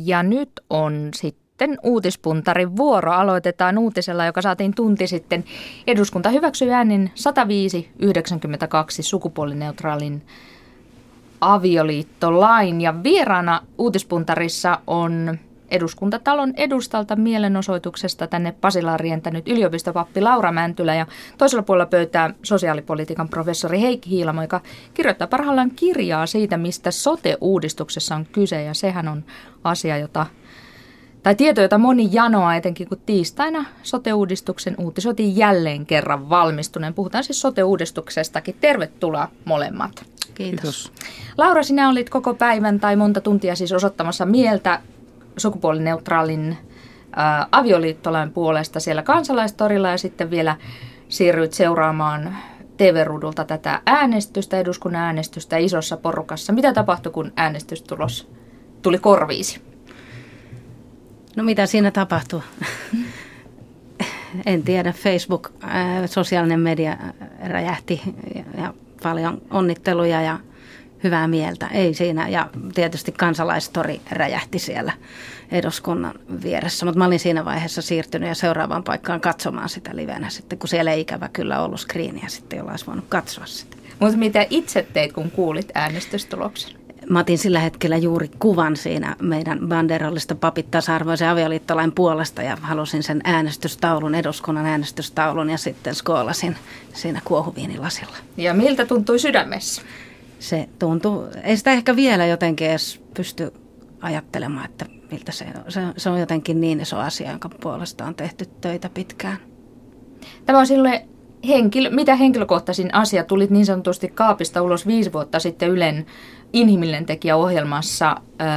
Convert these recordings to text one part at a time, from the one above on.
Ja nyt on sitten uutispuntarin vuoro. Aloitetaan uutisella, joka saatiin tunti sitten. Eduskunta hyväksyi äänin 105-92 sukupuolineutraalin avioliittolain. Ja vieraana uutispuntarissa on Eduskuntatalon edustalta mielenosoituksesta tänne Pasilaan rientänyt yliopistopappi Laura Mäntylä ja toisella puolella pöytää sosiaalipolitiikan professori Heikki Hiilamo, joka kirjoittaa parhaillaan kirjaa siitä, mistä sote-uudistuksessa on kyse. Ja sehän on asia, tieto, jota moni janoaa, etenkin kun tiistaina sote-uudistuksen uutisoitiin jälleen kerran valmistuneen. Puhutaan siis sote-uudistuksestakin. Tervetuloa molemmat. Kiitos. Laura, sinä olit koko päivän tai monta tuntia siis osoittamassa mieltä sukupuolineutraalin avioliittolain puolesta siellä Kansalaistorilla ja sitten vielä siirryit seuraamaan TV-ruudulta tätä äänestystä, eduskunnan äänestystä isossa porukassa. Mitä tapahtui, kun äänestystulos tuli korviisi? No mitä siinä tapahtui? En tiedä. Facebook, sosiaalinen media räjähti ja paljon onnitteluja ja hyvää mieltä. Ei siinä. Ja tietysti Kansalaistori räjähti siellä eduskunnan vieressä. Mutta mä olin siinä vaiheessa siirtynyt ja seuraavaan paikkaan katsomaan sitä livenä sitten, kun siellä ei ikävä kyllä ollut screeniä sitten, jolla olisi voinut katsoa sitä. Mutta mitä itse teit, kun kuulit äänestystuloksen? Mä otin sillä hetkellä juuri kuvan siinä meidän banderollista papit tasa-arvoisen avioliittolain puolesta ja halusin sen äänestystaulun, eduskunnan äänestystaulun ja sitten skoolasin siinä kuohuviinilasilla. Ja miltä tuntui sydämessä? Se tuntuu, ei sitä ehkä vielä jotenkin edes pysty ajattelemaan, että miltä se on jotenkin niin iso asia, jonka puolesta on tehty töitä pitkään. Tämä on silloin mitä henkilökohtaisin asia? Tulit niin sanotusti kaapista ulos 5 vuotta sitten Ylen Inhimillinen tekijä -ohjelmassa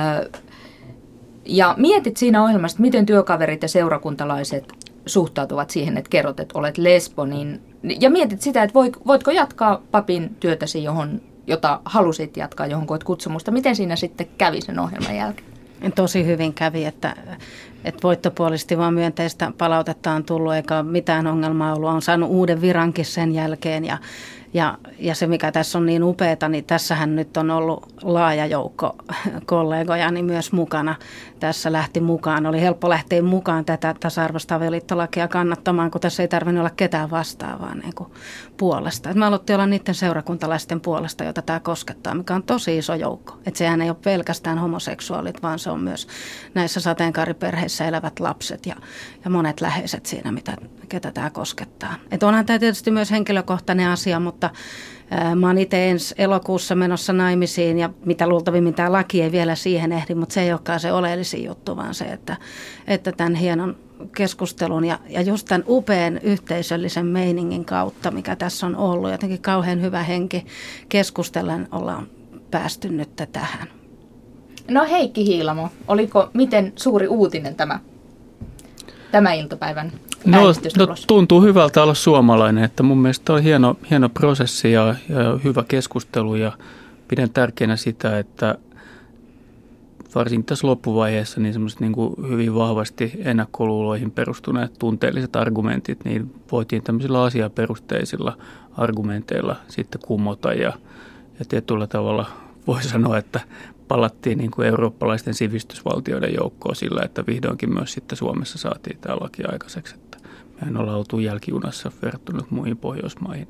ja mietit siinä ohjelmassa, miten työkaverit ja seurakuntalaiset suhtautuvat siihen, että kerrot, että olet lesbo, ja mietit sitä, että voitko jatkaa papin työtäsi, jota halusit jatkaa, johon koet kutsumusta. Miten siinä sitten kävi sen ohjelman jälkeen? Tosi hyvin kävi, että voittopuolisesti vaan myönteistä palautetta on tullut, eikä ole mitään ongelmaa ollut. On saanut uuden virankin sen jälkeen ja se, mikä tässä on niin upeata, niin tässähän nyt on ollut laaja joukko kollegojani myös mukana. Tässä lähti mukaan. Oli helppo lähteä mukaan tätä tasa-arvoista avioliittolakia kannattamaan, kun tässä ei tarvinnut olla ketään vastaavaa niin kuin puolesta. Et mä aloittiin olla niiden seurakuntalaisten puolesta, jota tämä koskettaa, mikä on tosi iso joukko. Että sehän ei ole pelkästään homoseksuaalit, vaan se on myös näissä sateenkaariperheissä elävät lapset ja monet läheiset siinä, ketä tämä koskettaa. Että onhan tämä tietysti myös henkilökohtainen asia, mutta mä oon itse ensi elokuussa menossa naimisiin ja mitä luultavimmin tämä laki ei vielä siihen ehdi, mutta se ei olekaan se oleellisin juttu, vaan se, että tämän hienon keskustelun ja just tämän upean yhteisöllisen meiningin kautta, mikä tässä on ollut, jotenkin kauhean hyvä henki keskustellen ollaan päästy nyt tähän. No Heikki Hiilamo, oliko miten suuri uutinen tämä iltapäivän äänestystulos? No, tuntuu hyvältä olla suomalainen, että mun mielestä on hieno prosessi ja hyvä keskustelu ja pidän tärkeänä sitä, että varsinkin tässä loppuvaiheessa niin semmoiset niin kuin hyvin vahvasti ennakkoluuloihin perustuneet tunteelliset argumentit, niin voitiin tämmöisillä asiaperusteisilla argumenteilla sitten kumota ja tietyllä tavalla voi sanoa, että palattiin niin kuin eurooppalaisten sivistysvaltioiden joukkoon sillä, että vihdoinkin myös sitten Suomessa saatiin tämä laki aikaiseksi. Että mehän ollaan oltu jälkijunassa verrattuna muihin Pohjoismaihin.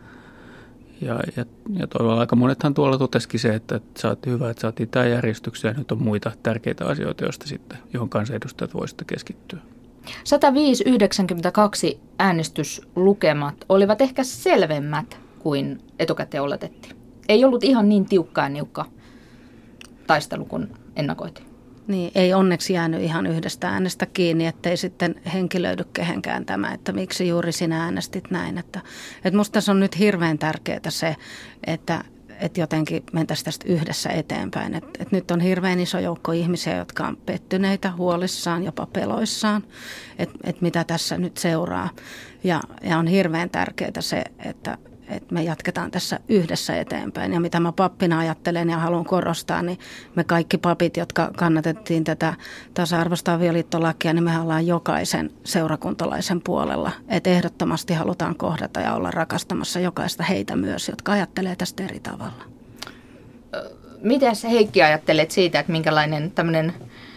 Ja toivon aika monethan tuolla totesikin se, että saatiin hyvä, että saatiin tämä järjestykseen ja nyt on muita tärkeitä asioita, johon kansanedustajat voisivat keskittyä. 105-92 äänestyslukemat olivat ehkä selvemmät kuin etukäteen oletettiin. Ei ollut ihan niin tiukka ja niukka taistelu kuin ennakoitiin. Niin, ei onneksi jäänyt ihan yhdestä äänestä kiinni, ettei sitten henkilöidy kehenkään tämä, että miksi juuri sinä äänestit näin. Että musta tässä on nyt hirveän tärkeää se, että jotenkin mentäisiin tästä yhdessä eteenpäin. Että nyt on hirveän iso joukko ihmisiä, jotka on pettyneitä, huolissaan, jopa peloissaan, että mitä tässä nyt seuraa. Ja on hirveän tärkeää se, että me jatketaan tässä yhdessä eteenpäin. Ja mitä mä pappina ajattelen ja haluan korostaa, niin me kaikki papit, jotka kannatettiin tätä tasa-arvoista avioliittolakia, niin me ollaan jokaisen seurakuntalaisen puolella. Että ehdottomasti halutaan kohdata ja olla rakastamassa jokaista heitä myös, jotka ajattelee tästä eri tavalla. Mitäs Heikki ajattelet siitä, että minkälainen tämmöinen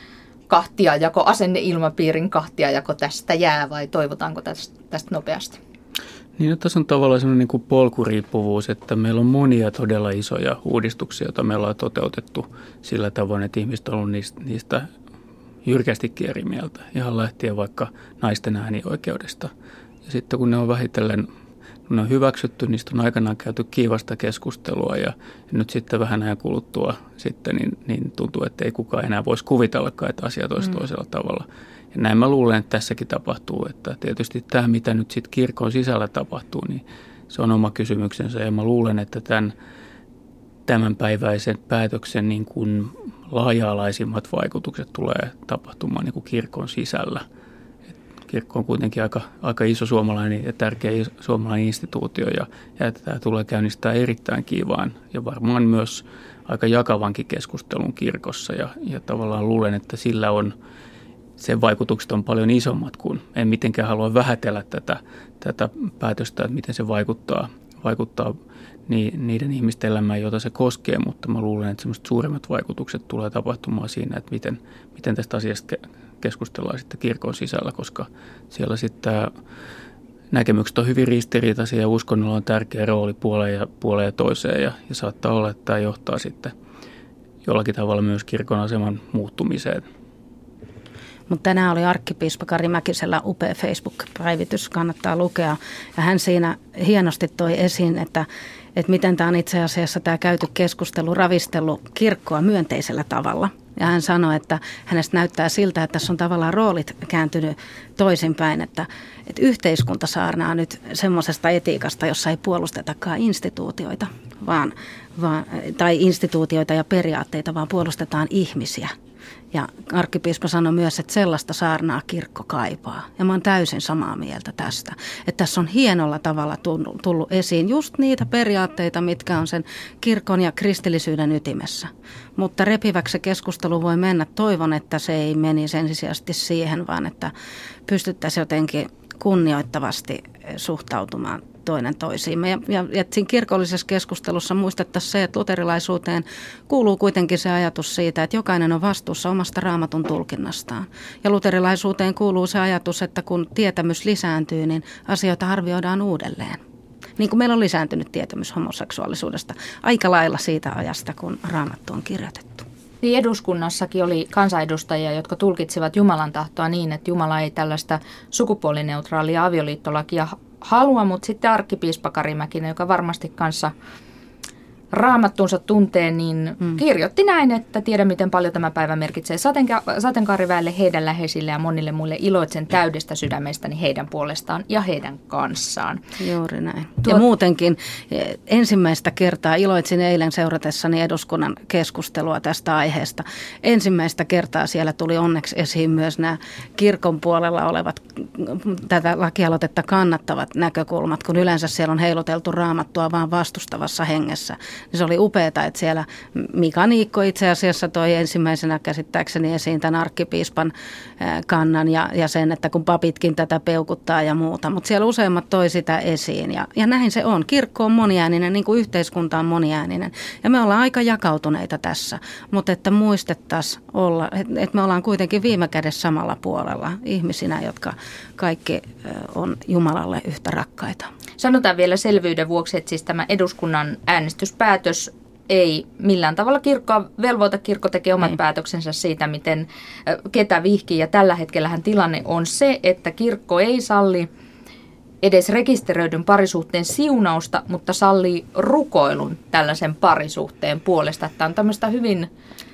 kahtiajako, asenneilmapiirin kahtiajako tästä jää vai toivotaanko tästä nopeasti? Niin, että tässä on tavallaan sellainen niin kuin polkuriippuvuus, että meillä on monia todella isoja uudistuksia, joita me ollaan toteutettu sillä tavoin, että ihmiset on ollut niistä jyrkästikin eri mieltä, ihan lähtien vaikka naisten äänioikeudesta. Ja sitten kun ne on vähitellen ne on hyväksytty, niistä on aikanaan käyty kiivasta keskustelua ja nyt sitten vähän ajan kuluttua sitten niin tuntuu, että ei kukaan enää voisi kuvitellakaan, että asiat olisi toisella tavalla. Ja näin mä luulen, että tässäkin tapahtuu, että tietysti tämä, mitä nyt sitten kirkon sisällä tapahtuu, niin se on oma kysymyksensä ja mä luulen, että tämänpäiväisen päätöksen niin kuin laaja-alaisimmat vaikutukset tulee tapahtumaan niin kuin kirkon sisällä. Kirkko on kuitenkin aika iso suomalainen ja tärkeä suomalainen instituutio ja tämä tulee käynnistää erittäin kiivaan ja varmaan myös aika jakavankin keskustelun kirkossa ja tavallaan luulen, että sillä on sen vaikutukset on paljon isommat kuin en mitenkään halua vähätellä tätä päätöstä, että miten se vaikuttaa niiden ihmisten elämään, joita se koskee, mutta mä luulen, että sellaiset suuremmat vaikutukset tulee tapahtumaan siinä, että miten tästä asiasta keskustellaan sitten kirkon sisällä, koska siellä sitten näkemykset on hyvin ristiriitaisia ja uskonnolla on tärkeä rooli puoleen ja toiseen ja saattaa olla, että tämä johtaa sitten jollakin tavalla myös kirkon aseman muuttumiseen. Mutta tänään oli arkkipiispa Kari Mäkisellä upea Facebook-päivitys, kannattaa lukea. Ja hän siinä hienosti toi esiin, että miten tämä on itse asiassa tämä käyty keskustelu ravistellut kirkkoa myönteisellä tavalla. Ja hän sanoi, että hänestä näyttää siltä, että tässä on tavallaan roolit kääntynyt toisinpäin, että yhteiskunta saarnaa nyt semmoisesta etiikasta, jossa ei puolustetakaan instituutioita, tai instituutioita ja periaatteita, vaan puolustetaan ihmisiä. Ja arkkipiispa sanoi myös, että sellaista saarnaa kirkko kaipaa. Ja mä oon täysin samaa mieltä tästä. Että tässä on hienolla tavalla tullut esiin just niitä periaatteita, mitkä on sen kirkon ja kristillisyyden ytimessä. Mutta repiväksi se keskustelu voi mennä. Toivon, että se ei menisi ensisijaisesti siihen, vaan että pystyttäisiin jotenkin kunnioittavasti suhtautumaan toinen toisiimme. Ja siinä kirkollisessa keskustelussa muistettaisiin se, että luterilaisuuteen kuuluu kuitenkin se ajatus siitä, että jokainen on vastuussa omasta raamatun tulkinnastaan. Ja luterilaisuuteen kuuluu se ajatus, että kun tietämys lisääntyy, niin asioita arvioidaan uudelleen. Niin kuin meillä on lisääntynyt tietämys homoseksuaalisuudesta aika lailla siitä ajasta, kun raamattu on kirjoitettu. Niin eduskunnassakin oli kansanedustajia, jotka tulkitsivat Jumalan tahtoa niin, että Jumala ei tällaista sukupuolineutraalia avioliittolakia halua, mutta sitten arkkipiispa Kari Mäkinen, joka varmasti kanssa raamattunsa tuntee, niin kirjoitti näin, että tiedä miten paljon tämä päivä merkitsee sateenkaariväelle, heidän läheisille ja monille muille iloitsen täydestä sydämestäni heidän puolestaan ja heidän kanssaan. Juuri näin. Ja muutenkin ensimmäistä kertaa iloitsin eilen seuratessani eduskunnan keskustelua tästä aiheesta. Ensimmäistä kertaa siellä tuli onneksi esiin myös nämä kirkon puolella olevat tätä lakialoitetta kannattavat näkökulmat, kun yleensä siellä on heiluteltu raamattua vaan vastustavassa hengessä. Niin se oli upeaa, että siellä Mika Niikko itse asiassa toi ensimmäisenä käsittääkseni esiin tämän arkkipiispan kannan ja sen, että kun papitkin tätä peukuttaa ja muuta. Mutta siellä useimmat toi sitä esiin ja näin se on. Kirkko on moniääninen, niin kuin yhteiskunta on moniääninen. Ja me ollaan aika jakautuneita tässä, mutta että muistettaisiin olla, että me ollaan kuitenkin viime kädessä samalla puolella ihmisinä, jotka kaikki on Jumalalle yhtä rakkaita. Sanotaan vielä selvyyden vuoksi, että siis tämä eduskunnan äänestyspäätös ei millään tavalla kirkkoa velvoita. Kirkko tekee omat päätöksensä siitä, miten ketä vihkii. Ja tällä hetkellähän tilanne on se, että kirkko ei salli edes rekisteröidyn parisuhteen siunausta, mutta sallii rukoilun tällaisen parisuhteen puolesta. Tämä on tämmöistä hyvin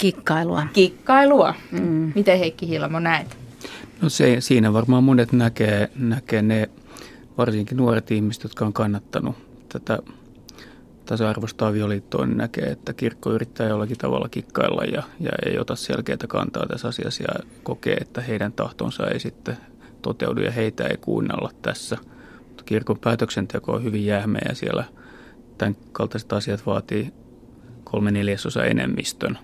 kikkailua. Miten Heikki Hiilamo näet? No siinä varmaan monet näkee ne, varsinkin nuoret ihmiset, jotka on kannattanut tätä tasa-arvoista avioliittoa, niin näkee, että kirkko yrittää jollakin tavalla kikkailla ja ei ota selkeää kantaa tässä asiassa ja kokee, että heidän tahtonsa ei sitten toteudu ja heitä ei kuunnella tässä. Mutta kirkon päätöksenteko on hyvin jähmeä ja siellä tämän kaltaiset asiat vaatii 3/4 enemmistön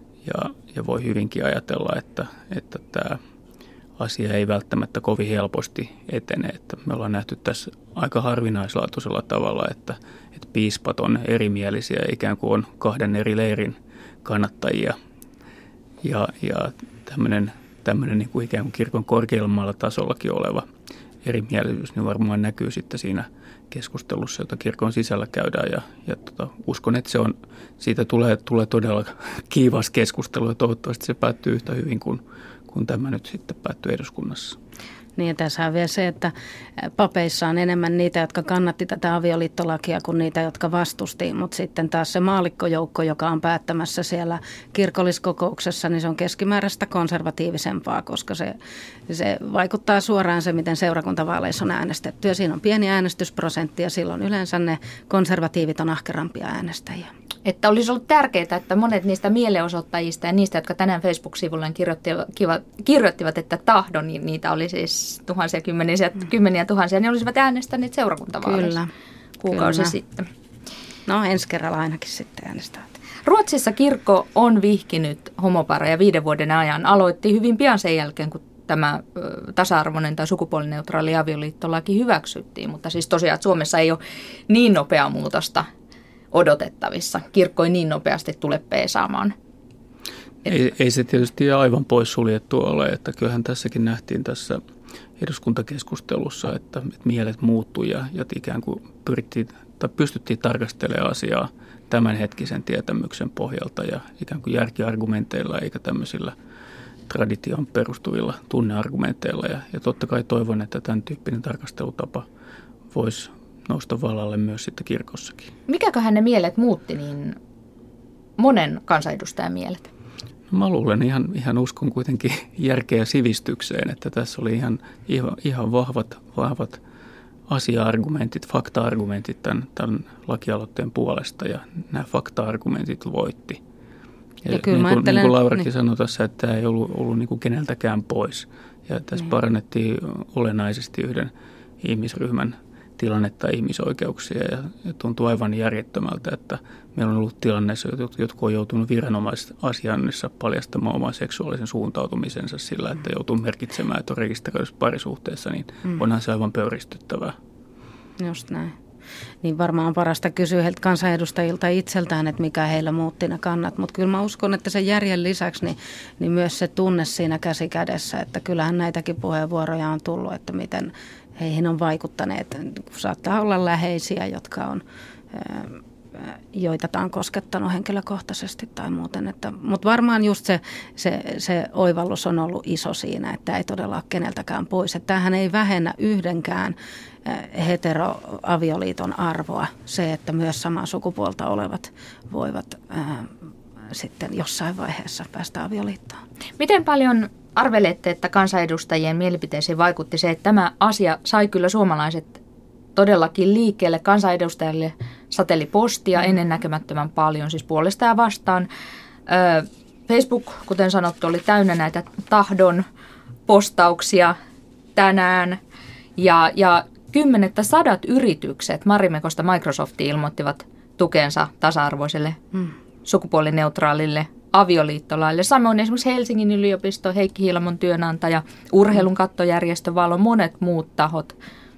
ja voi hyvinkin ajatella, että tämä asia ei välttämättä kovin helposti etene. Että me ollaan nähty tässä aika harvinaislaatuisella tavalla, että piispat on erimielisiä, ikään kuin on kahden eri leirin kannattajia. Ja tämmöinen tämmöinen niin kuin ikään kuin kirkon korkeimmalla tasollakin oleva erimielisyys, niin varmaan näkyy sitten siinä keskustelussa, jota kirkon sisällä käydään. Ja uskon, että siitä tulee todella kiivas keskustelu ja toivottavasti se päättyy yhtä hyvin kuin tämä nyt sitten päättyy eduskunnassa. Niin ja tässä on vielä se, että papeissa on enemmän niitä, jotka kannatti tätä avioliittolakia kuin niitä, jotka vastusti. Mutta sitten taas se maallikkojoukko, joka on päättämässä siellä kirkolliskokouksessa, niin se on keskimääräistä konservatiivisempaa, koska se vaikuttaa suoraan se, miten seurakuntavaaleissa on äänestetty. Ja siinä on pieni äänestysprosentti ja silloin yleensä ne konservatiivit on ahkerampia äänestäjiä. Että olisi ollut tärkeää, että monet niistä mielenosoittajista ja niistä, jotka tänään Facebook-sivullaan kirjoittivat, että tahdon, niin niitä oli siis kymmeniä tuhansia, niin olisivat äänestäneet seurakuntavaaleissa kuukausi sitten. No ensi kerralla ainakin sitten äänestävät. Ruotsissa kirkko on vihkinyt homopareja 5 vuoden ajan. Aloitti hyvin pian sen jälkeen, kun tämä tasa-arvoinen tai sukupuolineutraali avioliittolaki hyväksyttiin. Mutta siis tosiaan, että Suomessa ei ole niin nopeaa muutosta odotettavissa. Kirkko ei niin nopeasti tule peesaamaan. Ei se tietysti aivan poissuljettua ole, että kyllähän tässäkin nähtiin tässä eduskuntakeskustelussa, että mielet muuttui ja ikään kuin pystyttiin tarkastelemaan asiaa tämänhetkisen tietämyksen pohjalta ja ikään kuin järkiargumenteilla eikä tämmöisillä traditioon perustuvilla tunneargumenteilla. Ja totta kai toivon, että tämän tyyppinen tarkastelutapa voisi nousta vallalle myös sitten kirkossakin. Mikäköhän ne mielet muutti niin monen kansanedustajan mielet? No, mä luulen ihan uskon kuitenkin järkeä sivistykseen, että tässä oli ihan vahvat asia-argumentit, fakta-argumentit tämän lakialoitteen puolesta ja nämä fakta-argumentit voitti. Ja niin kuin Laurakin sanoi tässä, että tämä ei ollut niin kuin keneltäkään pois. Ja tässä parannettiin olennaisesti yhden ihmisryhmän tilannetta ja ihmisoikeuksia ja tuntuu aivan järjettömältä, että meillä on ollut tilanne, jotka on joutunut viranomaisasiannissa paljastamaan oman seksuaalisen suuntautumisensa sillä, että joutuu merkitsemään, että on rekisteröidyssä parisuhteessa, niin onhan se aivan pöyristyttävää. Just näin. Niin varmaan on parasta kysyä heiltä kansanedustajilta itseltään, että mikä heillä muutti ne kannat. Mutta kyllä mä uskon, että sen järjen lisäksi niin myös se tunne siinä käsi kädessä, että kyllähän näitäkin puheenvuoroja on tullut, että miten heihin on vaikuttaneet. Saattaa olla läheisiä, joita tämä on koskettanut henkilökohtaisesti tai muuten. Mutta varmaan just se oivallus on ollut iso siinä, että ei todella ole keneltäkään pois. Että tämähän ei vähennä yhdenkään heteroavioliiton arvoa, se, että myös samaa sukupuolta olevat voivat sitten jossain vaiheessa päästä avioliittoon. Miten paljon arvelette, että kansanedustajien mielipiteisiin vaikutti se, että tämä asia sai kyllä suomalaiset todellakin liikkeelle? Kansanedustajille sateli postia ennennäkemättömän paljon, siis puolesta ja vastaan. Facebook, kuten sanottu, oli täynnä näitä tahdon postauksia tänään ja 100 yritykset Marimekosta Microsoftiin ilmoittivat tukensa tasa-arvoiselle sukupuolineutraalille avioliittolaille. Samoin esimerkiksi Helsingin yliopisto, Heikki Hiilamon työnantaja, urheilun kattojärjestö, Valo, monet muut tahot.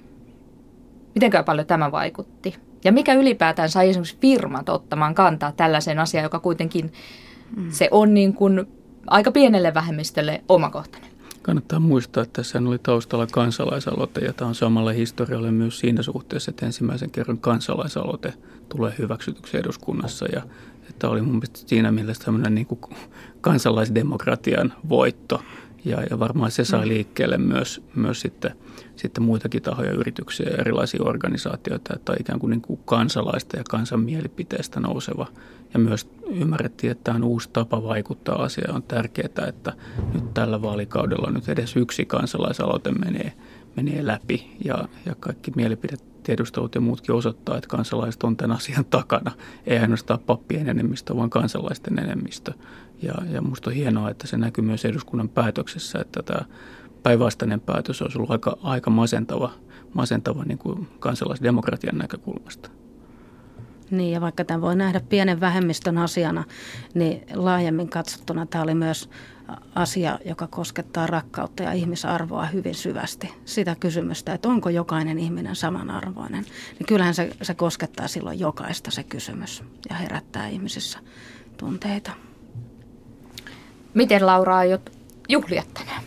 Mitenkään paljon tämä vaikutti? Ja mikä ylipäätään sai esimerkiksi firmat ottamaan kantaa tällaiseen asiaan, joka kuitenkin se on niin kuin aika pienelle vähemmistölle omakohtainen? Kannattaa muistaa, että tässä oli taustalla kansalaisaloite ja tämä on samalle historialle myös siinä suhteessa, että ensimmäisen kerran kansalaisaloite tulee hyväksytyksi eduskunnassa ja että oli mun mielestä siinä mielessä tämmöinen niin kuin kansalaisdemokratian voitto ja varmaan se sai liikkeelle myös sitten muitakin tahoja, yrityksiä ja erilaisia organisaatioita, että ikään kuin, kansalaista ja kansan mielipiteestä nouseva. Ja myös ymmärrettiin, että tämä on uusi tapa vaikuttaa asiaan. On tärkeää, että nyt tällä vaalikaudella nyt edes yksi kansalaisaloite menee läpi ja kaikki mielipidetiedustelut ja muutkin osoittaa, että kansalaiset on tämän asian takana. Ei ainoastaan pappien enemmistö, vaan kansalaisten enemmistö. Ja musta on hienoa, että se näkyy myös eduskunnan päätöksessä, että tämä päinvastainen päätös olisi ollut aika masentava niin kuin kansalaisdemokratian näkökulmasta. Niin, ja vaikka tämä voi nähdä pienen vähemmistön asiana, niin laajemmin katsottuna tämä oli myös asia, joka koskettaa rakkautta ja ihmisarvoa hyvin syvästi. Sitä kysymystä, että onko jokainen ihminen samanarvoinen, niin kyllähän se koskettaa silloin jokaista se kysymys ja herättää ihmisissä tunteita. Miten, Laura, aiot juhlia tänään?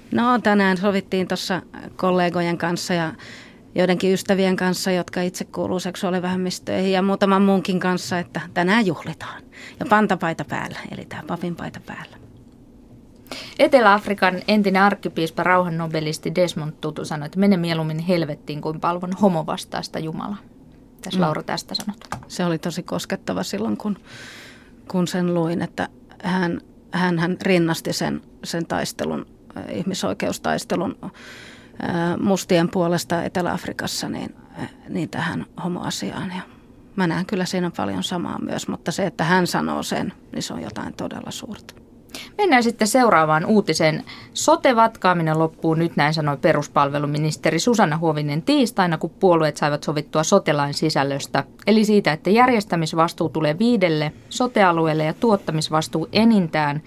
No tänään sovittiin tuossa kollegojen kanssa ja joidenkin ystävien kanssa, jotka itse kuuluu seksuaalivähemmistöihin ja muutaman muunkin kanssa, että tänään juhlitaan. Ja pantapaita päällä, eli tämä papinpaita päällä. Etelä-Afrikan entinen arkkipiispa rauhannobelisti Desmond Tutu sanoi, että mene mieluummin helvettiin kuin palvon homovastaista Jumalaa. Tässä Laura tästä sanot? Se oli tosi koskettava silloin, kun sen luin, että hän rinnasti sen taistelun, ihmisoikeustaistelun mustien puolesta Etelä-Afrikassa niin tähän homoasiaan. Ja mä näen kyllä siinä paljon samaa myös, mutta se, että hän sanoo sen, niin se on jotain todella suurta. Mennään sitten seuraavaan uutiseen. Sote-vatkaaminen loppuu nyt, näin sanoi peruspalveluministeri Susanna Huovinen tiistaina, kun puolueet saivat sovittua sote-lain sisällöstä. Eli siitä, että järjestämisvastuu tulee 5 sote-alueelle ja tuottamisvastuu enintään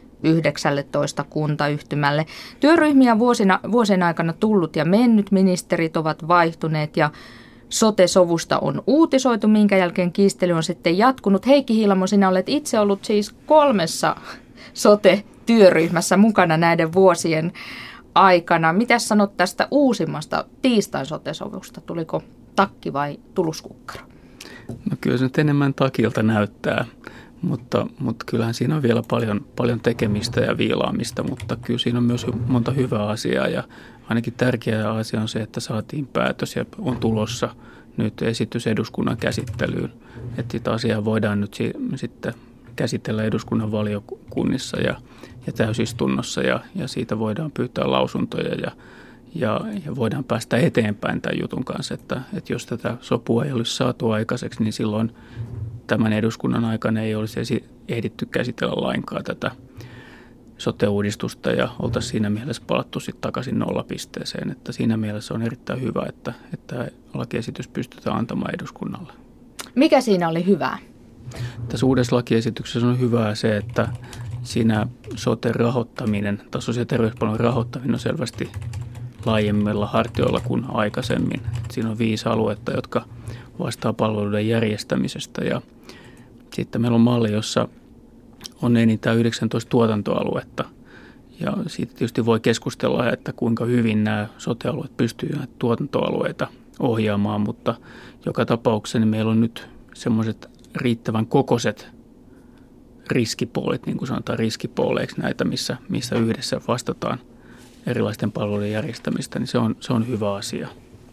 19 kuntayhtymälle. Työryhmiä vuosien aikana tullut ja mennyt, ministerit ovat vaihtuneet ja sote-sovusta on uutisoitu, minkä jälkeen kiistely on sitten jatkunut. Heikki Hiilamo, sinä olet itse ollut siis 3 sote-työryhmässä mukana näiden vuosien aikana. Mitä sanot tästä uusimmasta tiistain sote-sovusta? Tuliko takki vai tuluskukkaro? No kyllä se nyt enemmän takilta näyttää, mutta kyllähän siinä on vielä paljon tekemistä ja viilaamista, mutta kyllä siinä on myös monta hyvää asiaa ja ainakin tärkeä asia on se, että saatiin päätös ja on tulossa nyt esitys eduskunnan käsittelyyn, että sitä asiaa voidaan nyt sitten käsitellä eduskunnan valiokunnissa ja täysistunnossa ja siitä voidaan pyytää lausuntoja ja voidaan päästä eteenpäin tämän jutun kanssa, että jos tätä sopua ei olisi saatu aikaiseksi, niin silloin tämän eduskunnan aikana ei olisi ehditty käsitellä lainkaan tätä sote-uudistusta ja oltaisiin siinä mielessä palattu sitten takaisin nollapisteeseen, että siinä mielessä on erittäin hyvä, että lakiesitys pystytään antamaan eduskunnalle. Mikä siinä oli hyvää? Tässä uudessa lakiesityksessä on hyvää se, että siinä sote-rahoittaminen tai sosiaali- ja terveyspalvelun rahoittaminen on selvästi laajemmilla hartioilla kuin aikaisemmin. Siinä on 5 aluetta, jotka vastaa palveluiden järjestämisestä ja sitten meillä on malli, jossa on enintään 19 tuotantoaluetta ja siitä tietysti voi keskustella, että kuinka hyvin nämä sote-alueet pystyy tuotantoalueita ohjaamaan, mutta joka tapauksessa niin meillä on nyt semmoiset riittävän kokoiset riskipoolit, niin kuin sanotaan riskipooleiksi näitä, missä yhdessä vastataan erilaisten palveluiden järjestämistä, niin se on hyvä asia.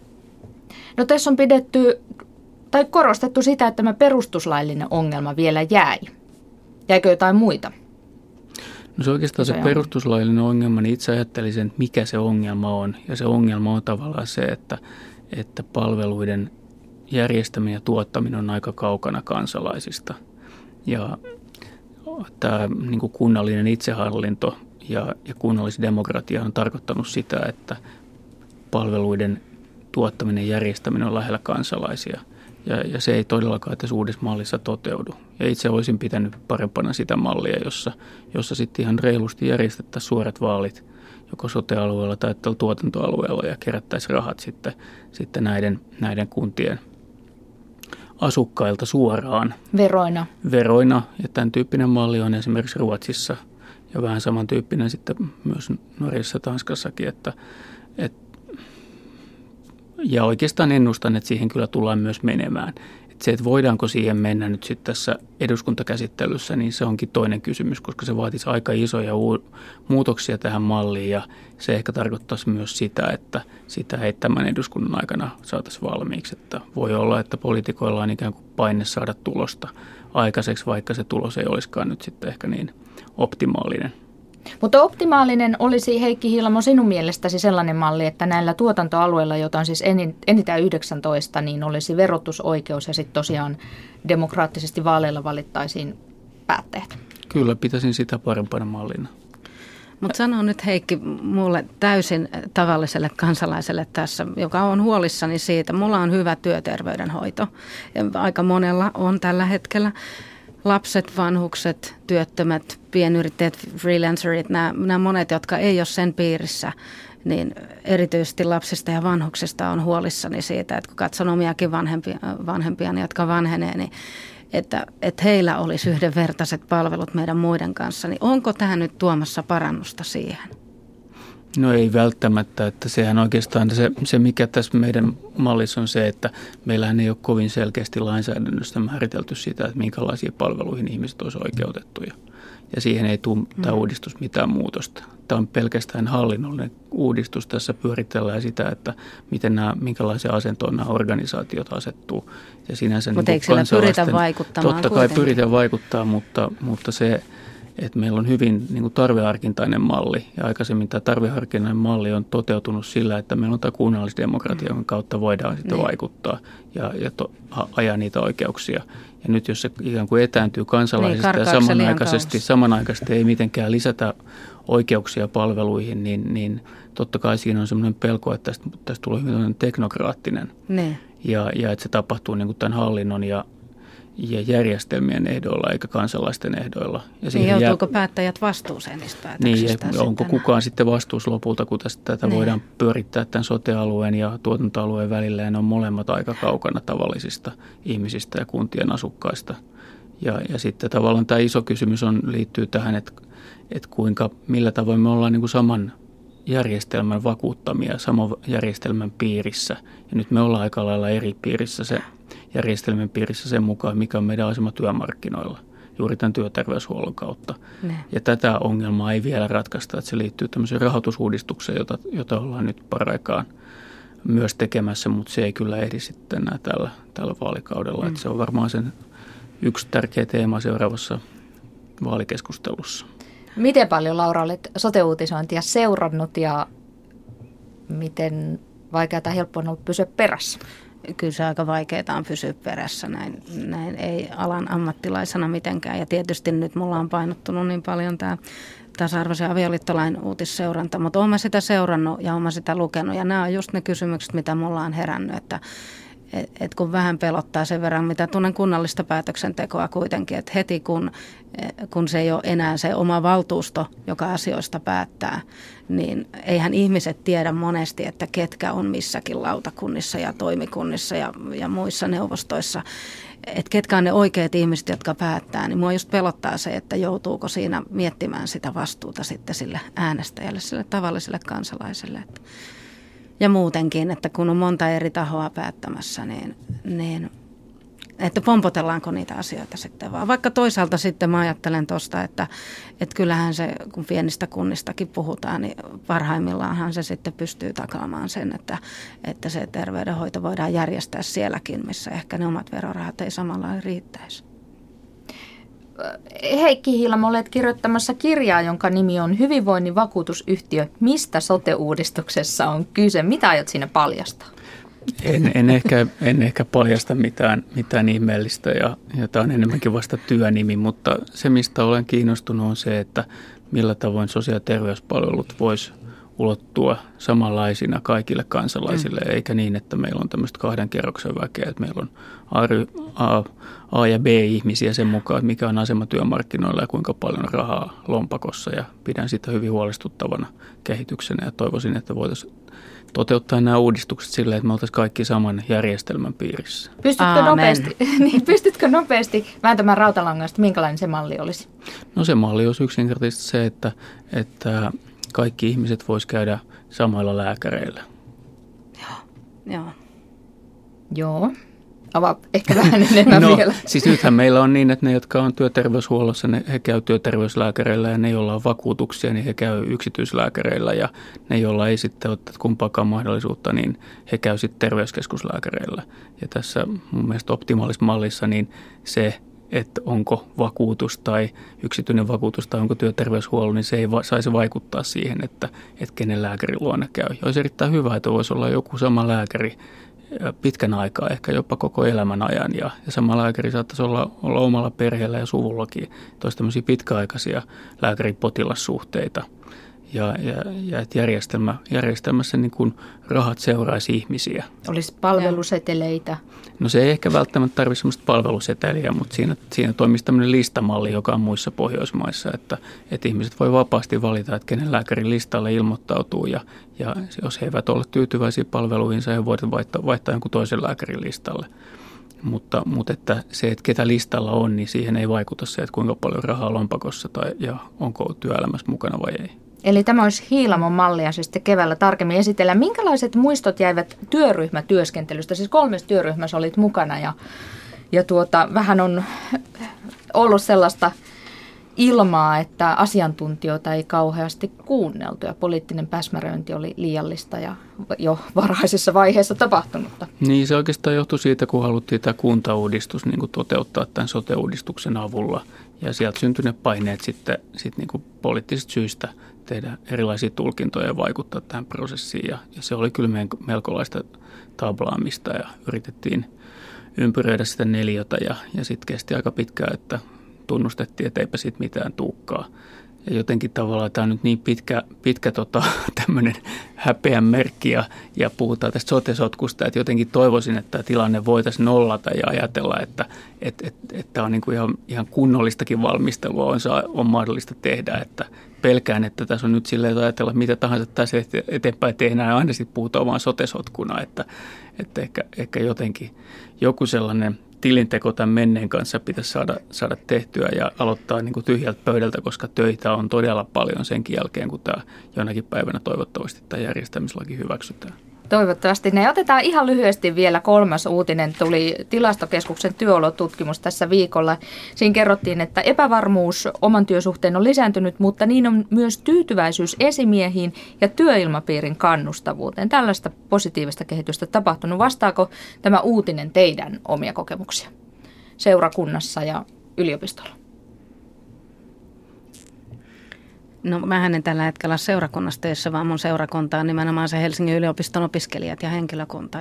No tässä on korostettu sitä, että tämä perustuslaillinen ongelma vielä jäi. Jäikö jotain muita? No se oikeastaan se perustuslaillinen ongelma, niin itse ajattelisin, että mikä se ongelma on. Ja se ongelma on tavallaan se, että palveluiden järjestäminen ja tuottaminen on aika kaukana kansalaisista. Ja tämä niin kuin kunnallinen itsehallinto ja kunnallisdemokratia on tarkoittanut sitä, että palveluiden tuottaminen ja järjestäminen on lähellä kansalaisia. Ja se ei todellakaan tässä uudessa mallissa toteudu. Ja itse olisin pitänyt parempana sitä mallia, jossa sitten ihan reilusti järjestettäisiin suorat vaalit joko sote-alueella tai tuotantoalueella ja kerättäisiin rahat sitten näiden kuntien asukkailta suoraan. Veroina. Ja tämän tyyppinen malli on esimerkiksi Ruotsissa ja vähän samantyyppinen sitten myös Norjassa ja Tanskassakin, ja oikeastaan ennustan, että siihen kyllä tullaan myös menemään. Että se, että voidaanko siihen mennä nyt sitten tässä eduskuntakäsittelyssä, niin se onkin toinen kysymys, koska se vaatisi aika isoja muutoksia tähän malliin. Ja se ehkä tarkoittaisi myös sitä, että sitä ei tämän eduskunnan aikana saataisiin valmiiksi. Että voi olla, että poliitikoilla on ikään kuin paine saada tulosta aikaiseksi, vaikka se tulos ei olisikaan nyt sitten ehkä niin optimaalinen. Mutta optimaalinen olisi, Heikki Hiilamo, sinun mielestäsi sellainen malli, että näillä tuotantoalueilla, joita on siis enintään 19, niin olisi verotusoikeus ja sitten tosiaan demokraattisesti vaaleilla valittaisiin päättäjät. Kyllä, pitäisin sitä parempana mallina. Mutta sano nyt Heikki mulle täysin tavalliselle kansalaiselle tässä, joka on huolissani siitä. Mulla on hyvä työterveydenhoito. Aika monella on tällä hetkellä. Lapset, vanhukset, työttömät, pienyrittäjät, freelancerit, nämä monet, jotka ei ole sen piirissä, niin erityisesti lapsista ja vanhuksista on huolissani siitä, että kun katson omiakin vanhempiani, jotka vanhenee, niin että heillä olisi yhdenvertaiset palvelut meidän muiden kanssa, niin onko tämä nyt tuomassa parannusta siihen? No ei välttämättä, että sehän oikeastaan se mikä tässä meidän mallissa on se, että meillähän ei ole kovin selkeästi lainsäädännöstä määritelty sitä, että minkälaisiin palveluihin ihmiset olisi oikeutettuja. Ja siihen ei tule tämä uudistus mitään muutosta. Tämä on pelkästään hallinnollinen uudistus. Tässä pyöritellään sitä, että minkälaisia asentoon nämä organisaatiot asettuu. Ja sinänsä mutta eikö sillä pyritä vaikuttamaan? Totta kai pyritään vaikuttaa, mutta se, että meillä on hyvin niin kuin tarveharkintainen malli. Ja aikaisemmin tämä tarveharkintainen malli on toteutunut sillä, että meillä on tämä kunnallisdemokratia, jonka kautta voidaan sitten vaikuttaa ja ajaa niitä oikeuksia. Ja nyt jos se ikään kuin etääntyy kansalaisista ja samanaikaisesti ei mitenkään lisätä oikeuksia palveluihin, niin totta kai siinä on sellainen pelko, että tästä tulee hyvin teknokraattinen. Ja että se tapahtuu niin kuin tämän hallinnon ja järjestelmien ehdoilla eikä kansalaisten ehdoilla. Ja niin joutuuko päättäjät vastuuseen niistä päätöksistä? Niin, onko kukaan sitten vastuussa lopulta, kun tätä voidaan pyörittää tämän sote-alueen ja tuotantoalueen välillä, ja ne on molemmat aika kaukana tavallisista ihmisistä ja kuntien asukkaista. Ja sitten tavallaan tämä iso kysymys liittyy tähän, että millä tavoin me ollaan niin kuin saman järjestelmän vakuuttamia, saman järjestelmän piirissä. Ja nyt me ollaan aika lailla eri piirissä järjestelmän piirissä sen mukaan, mikä on meidän asema työmarkkinoilla, juuri tämän työterveyshuollon kautta. Ja tätä ongelmaa ei vielä ratkaista, että se liittyy tämmöiseen rahoitusuudistukseen, jota ollaan nyt paraikaan myös tekemässä, mutta se ei kyllä ehdi sitten enää tällä vaalikaudella. Että se on varmaan sen yksi tärkeä teema seuraavassa vaalikeskustelussa. Miten paljon, Laura, olet sote-uutisointia seurannut ja miten vaikeaa tai helppoa on ollut pysyä perässä? Kyllä se aika vaikeaa on pysyä perässä, näin ei alan ammattilaisena mitenkään. Ja tietysti nyt mulla on painottunut niin paljon tämä tasa-arvoisen avioliittolain uutisseuranta, mutta olen mä sitä seurannut ja olen mä sitä lukenut. Ja nämä on just ne kysymykset, mitä mulla on herännyt, että kun vähän pelottaa sen verran, mitä tunnen kunnallista päätöksentekoa kuitenkin, että heti kun se ei ole enää se oma valtuusto, joka asioista päättää, niin eihän ihmiset tiedä monesti, että ketkä on missäkin lautakunnissa ja toimikunnissa ja muissa neuvostoissa, että ketkä on ne oikeat ihmiset, jotka päättää, niin mua just pelottaa se, että joutuuko siinä miettimään sitä vastuuta sitten sille äänestäjälle, sille tavalliselle kansalaiselle. Ja muutenkin, että kun on monta eri tahoa päättämässä, niin että pompotellaanko niitä asioita sitten vaan. Vaikka toisaalta sitten mä ajattelen tuosta, että kyllähän se, kun pienistä kunnistakin puhutaan, niin parhaimmillaanhan se sitten pystyy takaamaan sen, että se terveydenhoito voidaan järjestää sielläkin, missä ehkä ne omat verorahat ei samalla riittäisi. Heikki Hiilamo, olet kirjoittamassa kirjaa, jonka nimi on Hyvinvoinnin vakuutusyhtiö. Mistä sote-uudistuksessa on kyse? Mitä aiot siinä paljastaa? En ehkä paljasta mitään ihmeellistä ja tämä on enemmänkin vasta työnimi, mutta se mistä olen kiinnostunut on se, että millä tavoin sosiaali- ja terveyspalvelut vois ulottua samanlaisina kaikille kansalaisille, eikä niin, että meillä on tämmöistä 2 kerroksen väkeä, että meillä on A- ja B-ihmisiä sen mukaan, mikä on asema työmarkkinoilla ja kuinka paljon on rahaa lompakossa, ja pidän sitä hyvin huolestuttavana kehityksenä ja toivoisin, että voitaisiin toteuttaa nämä uudistukset silleen, että me oltaisiin kaikki saman järjestelmän piirissä. Pystytkö nopeasti vääntämään rautalangasta, minkälainen se malli olisi? No se malli olisi yksinkertaisesti se, että kaikki ihmiset vois käydä samoilla lääkäreillä. Joo. Avaa ehkä vähän enemmän vielä. Siis nythän meillä on niin, että ne, jotka on työterveyshuollossa, he käy työterveyslääkäreillä ja ne, joilla on vakuutuksia, niin he käy yksityislääkäreillä ja ne, joilla ei sitten ole kumpaakaan mahdollisuutta, niin he käy sitten terveyskeskuslääkäreillä. Ja tässä mun mielestä optimaalisessa mallissa niin se, että onko vakuutus tai yksityinen vakuutus tai onko työterveyshuolto, niin se ei saisi vaikuttaa siihen, että kenen lääkärin luona käy. Ja olisi erittäin hyvä, että voisi olla joku sama lääkäri pitkän aikaa, ehkä jopa koko elämän ajan. Ja sama lääkäri saattaisi olla omalla perheellä ja suvullakin. Olisi tämmöisiä pitkäaikaisia lääkäri-potilassuhteita. Ja että järjestelmässä niin kuin rahat seuraisi ihmisiä. Olisi palveluseteleitä. No se ei ehkä välttämättä tarvitse sellaista palveluseteliä, mutta siinä toimisi tämmöinen listamalli, joka on muissa Pohjoismaissa, että ihmiset voi vapaasti valita, että kenen lääkärin listalle ilmoittautuu ja jos he eivät ole tyytyväisiä palveluihinsa, he voivat vaihtaa jonkun toisen lääkärin listalle. Mutta että se, että ketä listalla on, niin siihen ei vaikuta se, että kuinka paljon rahaa on lompakossa ja onko työelämässä mukana vai ei. Eli tämä olisi Hiilamon mallia, siis sitten keväällä tarkemmin esitellään. Minkälaiset muistot jäivät työryhmätyöskentelystä? Siis 3 työryhmässä olit mukana ja vähän on ollut sellaista ilmaa, että asiantuntijoita ei kauheasti kuunneltu ja poliittinen päsmäröinti oli liiallista ja jo varhaisessa vaiheessa tapahtunutta. Niin, se oikeastaan johtui siitä, kun haluttiin tämä kuntauudistus niin kuin toteuttaa tämän sote-uudistuksen avulla ja sieltä syntyi ne paineet sitten niin kuin poliittisista syistä tehdä erilaisia tulkintoja ja vaikuttaa tähän prosessiin ja se oli kyllä melkolaista tablaamista ja yritettiin ympyröidä sitä neliötä ja sitten kesti aika pitkään, että tunnustettiin, että eipä siitä mitään tuukkaa. Ja jotenkin tavallaan tämä on nyt niin pitkä tämmöinen häpeän merkki ja puhutaan tästä sote-sotkusta, että jotenkin toivoisin, että tämä tilanne voitaisiin nollata ja ajatella, että tämä on niin kuin ihan kunnollistakin valmistelua on mahdollista tehdä, että pelkään, että tässä on nyt silleen ajatella, että mitä tahansa tässä eteenpäin tehdään ja aina sitten puhutaan vaan sote-sotkuna, että ehkä jotenkin joku sellainen tilinteko tämän menneen kanssa pitäisi saada tehtyä ja aloittaa niin kuin tyhjältä pöydältä, koska töitä on todella paljon senkin jälkeen, kun tämä jonakin päivänä toivottavasti tämä järjestämislaki hyväksytään. Toivottavasti. Ne otetaan ihan lyhyesti vielä 3. uutinen. Tuli Tilastokeskuksen työolotutkimus tässä viikolla. Siinä kerrottiin, että epävarmuus oman työsuhteen on lisääntynyt, mutta niin on myös tyytyväisyys esimiehiin ja työilmapiirin kannustavuuteen. Tällaista positiivista kehitystä tapahtunut. Vastaako tämä uutinen teidän omia kokemuksia seurakunnassa ja yliopistolla? No mähän en tällä hetkellä seurakunnassa töissä, vaan mun seurakunta on nimenomaan se Helsingin yliopiston opiskelijat ja henkilökunta.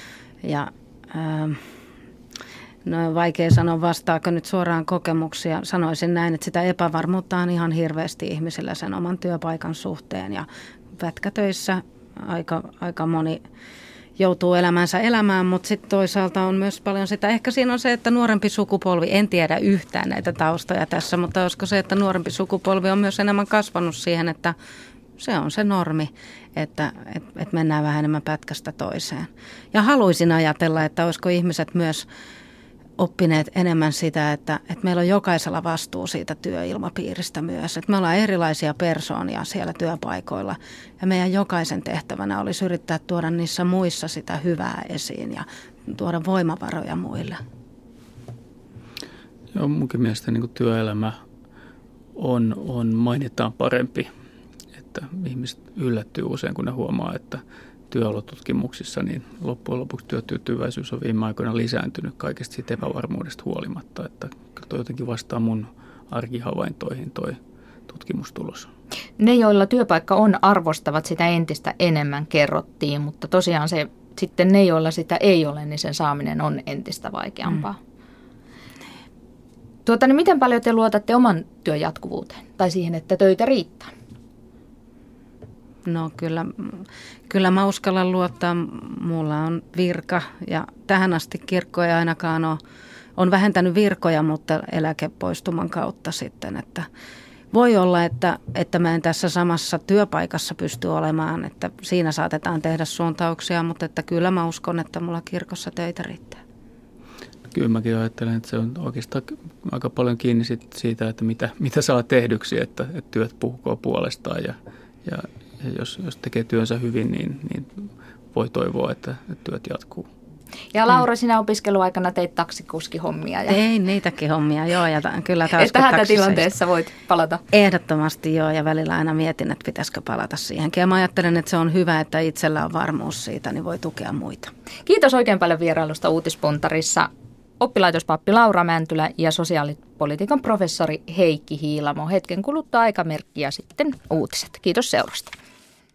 No on vaikea sanoa, vastaako nyt suoraan kokemuksia. Sanoisin näin, että sitä epävarmuutta on ihan hirveästi ihmisillä sen oman työpaikan suhteen. Ja pätkätöissä aika moni joutuu elämänsä elämään, mutta sitten toisaalta on myös paljon sitä. Ehkä siinä on se, että nuorempi sukupolvi, en tiedä yhtään näitä taustoja tässä, mutta olisiko se, että nuorempi sukupolvi on myös enemmän kasvanut siihen, että se on se normi, että mennään vähän enemmän pätkästä toiseen. Ja haluaisin ajatella, että olisiko ihmiset myös oppineet enemmän sitä, että meillä on jokaisella vastuu siitä työilmapiiristä myös. Että me ollaan erilaisia persoonia siellä työpaikoilla ja meidän jokaisen tehtävänä olisi yrittää tuoda niissä muissa sitä hyvää esiin ja tuoda voimavaroja muille. Joo, munkin mielestä niin kuin työelämä on mainitaan parempi, että ihmiset yllättyy usein, kun ne huomaa, että työolotutkimuksissa, niin loppujen lopuksi työtyytyväisyys on viime aikoina lisääntynyt kaikesta siitä epävarmuudesta huolimatta. Että toi jotenkin vastaa mun arkihavaintoihin toi tutkimustulos. Ne, joilla työpaikka on, arvostavat sitä entistä enemmän, kerrottiin, mutta tosiaan se sitten ne, joilla sitä ei ole, niin sen saaminen on entistä vaikeampaa. Niin miten paljon te luotatte oman työn jatkuvuuteen tai siihen, että töitä riittää? No kyllä mä uskallan luottaa. Mulla on virka ja tähän asti kirkko ei ainakaan on vähentänyt virkoja, mutta eläkepoistuman kautta sitten. Että voi olla, että mä en tässä samassa työpaikassa pysty olemaan, että siinä saatetaan tehdä suuntauksia, mutta että kyllä mä uskon, että mulla kirkossa töitä riittää. Kyllä mäkin ajattelen, että se on oikeastaan aika paljon kiinni siitä, että mitä saa tehdyksi, että työt puhukoo puolestaan ja jos tekee työnsä hyvin, niin voi toivoa, että työt jatkuu. Ja Laura, sinä opiskeluaikana teit taksikuskihommia. Ei niitäkin hommia, joo. Ja kyllä että hätätilanteessa voit palata. Ehdottomasti joo, ja välillä aina mietin, että pitäisikö palata siihenkin. Ja mä ajattelen, että se on hyvä, että itsellä on varmuus siitä, niin voi tukea muita. Kiitos oikein paljon vierailusta Uutispuntarissa. Oppilaitospappi Laura Mäntylä ja sosiaalipolitiikan professori Heikki Hiilamo. Hetken kuluttua aikamerkki ja sitten uutiset. Kiitos seurasta.